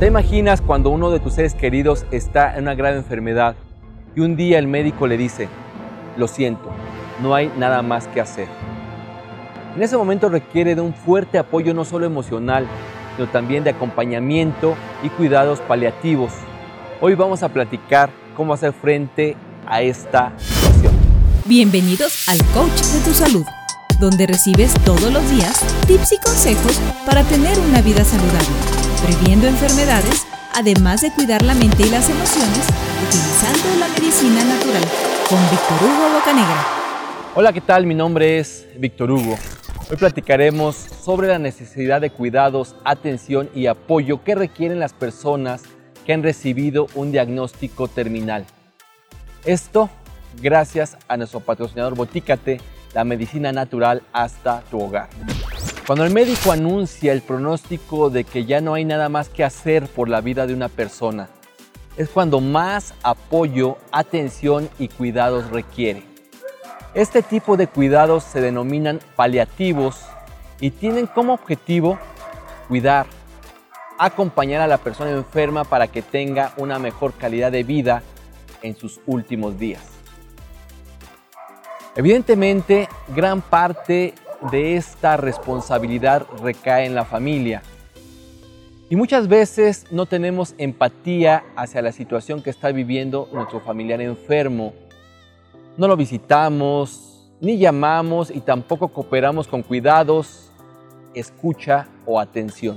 ¿Te imaginas cuando uno de tus seres queridos está en una grave enfermedad y un día el médico le dice, lo siento, no hay nada más que hacer? En ese momento requiere de un fuerte apoyo no solo emocional, sino también de acompañamiento y cuidados paliativos. Hoy vamos a platicar cómo hacer frente a esta situación. Bienvenidos al Coach de tu Salud, donde recibes todos los días tips y consejos para tener una vida saludable, previendo enfermedades, además de cuidar la mente y las emociones, utilizando la medicina natural, con Víctor Hugo Bocanegra. Hola, ¿qué tal? Mi nombre es Víctor Hugo. Hoy platicaremos sobre la necesidad de cuidados, atención y apoyo que requieren las personas que han recibido un diagnóstico terminal. Esto gracias a nuestro patrocinador Boticate, la medicina natural hasta tu hogar. Cuando el médico anuncia el pronóstico de que ya no hay nada más que hacer por la vida de una persona, es cuando más apoyo, atención y cuidados requiere. Este tipo de cuidados se denominan paliativos y tienen como objetivo cuidar, acompañar a la persona enferma para que tenga una mejor calidad de vida en sus últimos días. Evidentemente, gran parte de esta responsabilidad recae en la familia. Y muchas veces no tenemos empatía hacia la situación que está viviendo nuestro familiar enfermo. No lo visitamos, ni llamamos y tampoco cooperamos con cuidados, escucha o atención.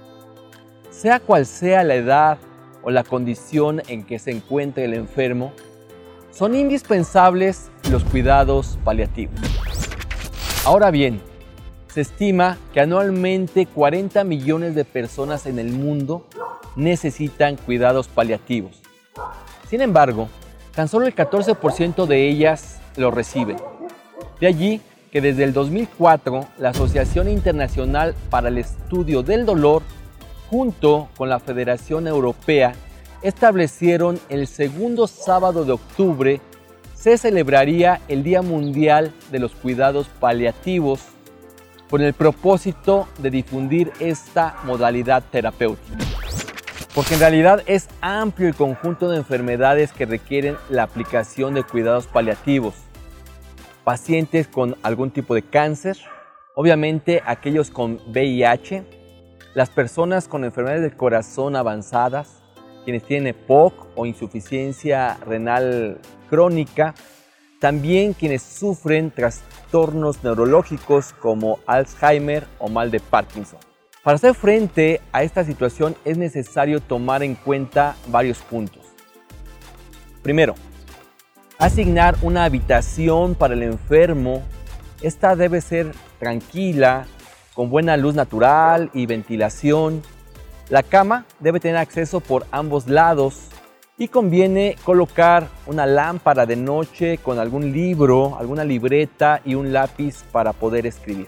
Sea cual sea la edad o la condición en que se encuentre el enfermo, son indispensables los cuidados paliativos. Ahora bien, se estima que anualmente 40 millones de personas en el mundo necesitan cuidados paliativos. Sin embargo, tan solo el 14% de ellas lo reciben. De allí que desde el 2004, la Asociación Internacional para el Estudio del Dolor, junto con la Federación Europea, establecieron el segundo sábado de octubre se celebraría el Día Mundial de los Cuidados Paliativos con el propósito de difundir esta modalidad terapéutica. Porque en realidad es amplio el conjunto de enfermedades que requieren la aplicación de cuidados paliativos. Pacientes con algún tipo de cáncer, obviamente aquellos con VIH, las personas con enfermedades del corazón avanzadas, quienes tienen EPOC o insuficiencia renal crónica, también quienes sufren trastornos neurológicos como Alzheimer o mal de Parkinson. Para hacer frente a esta situación es necesario tomar en cuenta varios puntos. Primero, asignar una habitación para el enfermo. Esta debe ser tranquila, con buena luz natural y ventilación. La cama debe tener acceso por ambos lados y conviene colocar una lámpara de noche con algún libro, alguna libreta y un lápiz para poder escribir.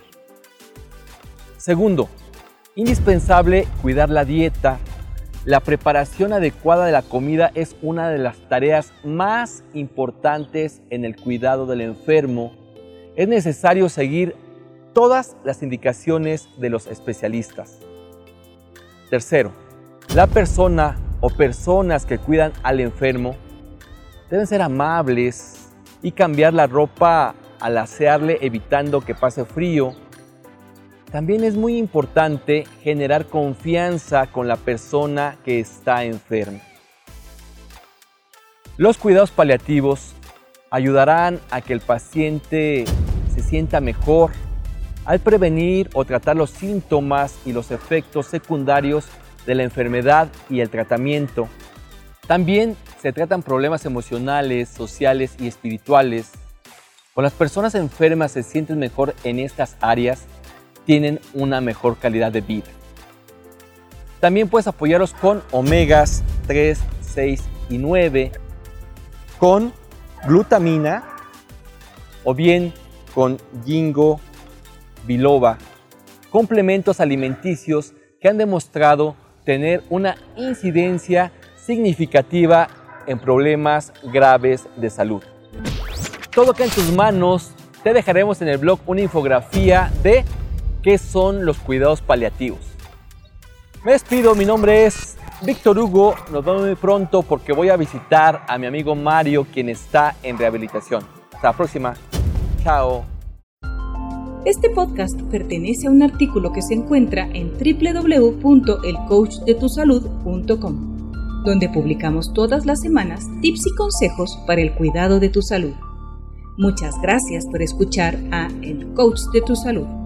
Segundo, indispensable cuidar la dieta. La preparación adecuada de la comida es una de las tareas más importantes en el cuidado del enfermo. Es necesario seguir todas las indicaciones de los especialistas. Tercero, la persona o personas que cuidan al enfermo deben ser amables y cambiar la ropa al asearle evitando que pase frío. También es muy importante generar confianza con la persona que está enferma. Los cuidados paliativos ayudarán a que el paciente se sienta mejor al prevenir o tratar los síntomas y los efectos secundarios de la enfermedad y el tratamiento. También se tratan problemas emocionales, sociales y espirituales. Cuando las personas enfermas se sienten mejor en estas áreas, tienen una mejor calidad de vida. También puedes apoyarlos con omegas 3, 6 y 9, con glutamina o bien con ginkgo biloba, complementos alimenticios que han demostrado tener una incidencia significativa en problemas graves de salud. Todo queda en tus manos. Te dejaremos en el blog una infografía de qué son los cuidados paliativos. Me despido, mi nombre es Víctor Hugo, nos vemos muy pronto porque voy a visitar a mi amigo Mario, quien está en rehabilitación. Hasta la próxima. Chao. Este podcast pertenece a un artículo que se encuentra en www.elcoachdetusalud.com, donde publicamos todas las semanas tips y consejos para el cuidado de tu salud. Muchas gracias por escuchar a El Coach de tu Salud.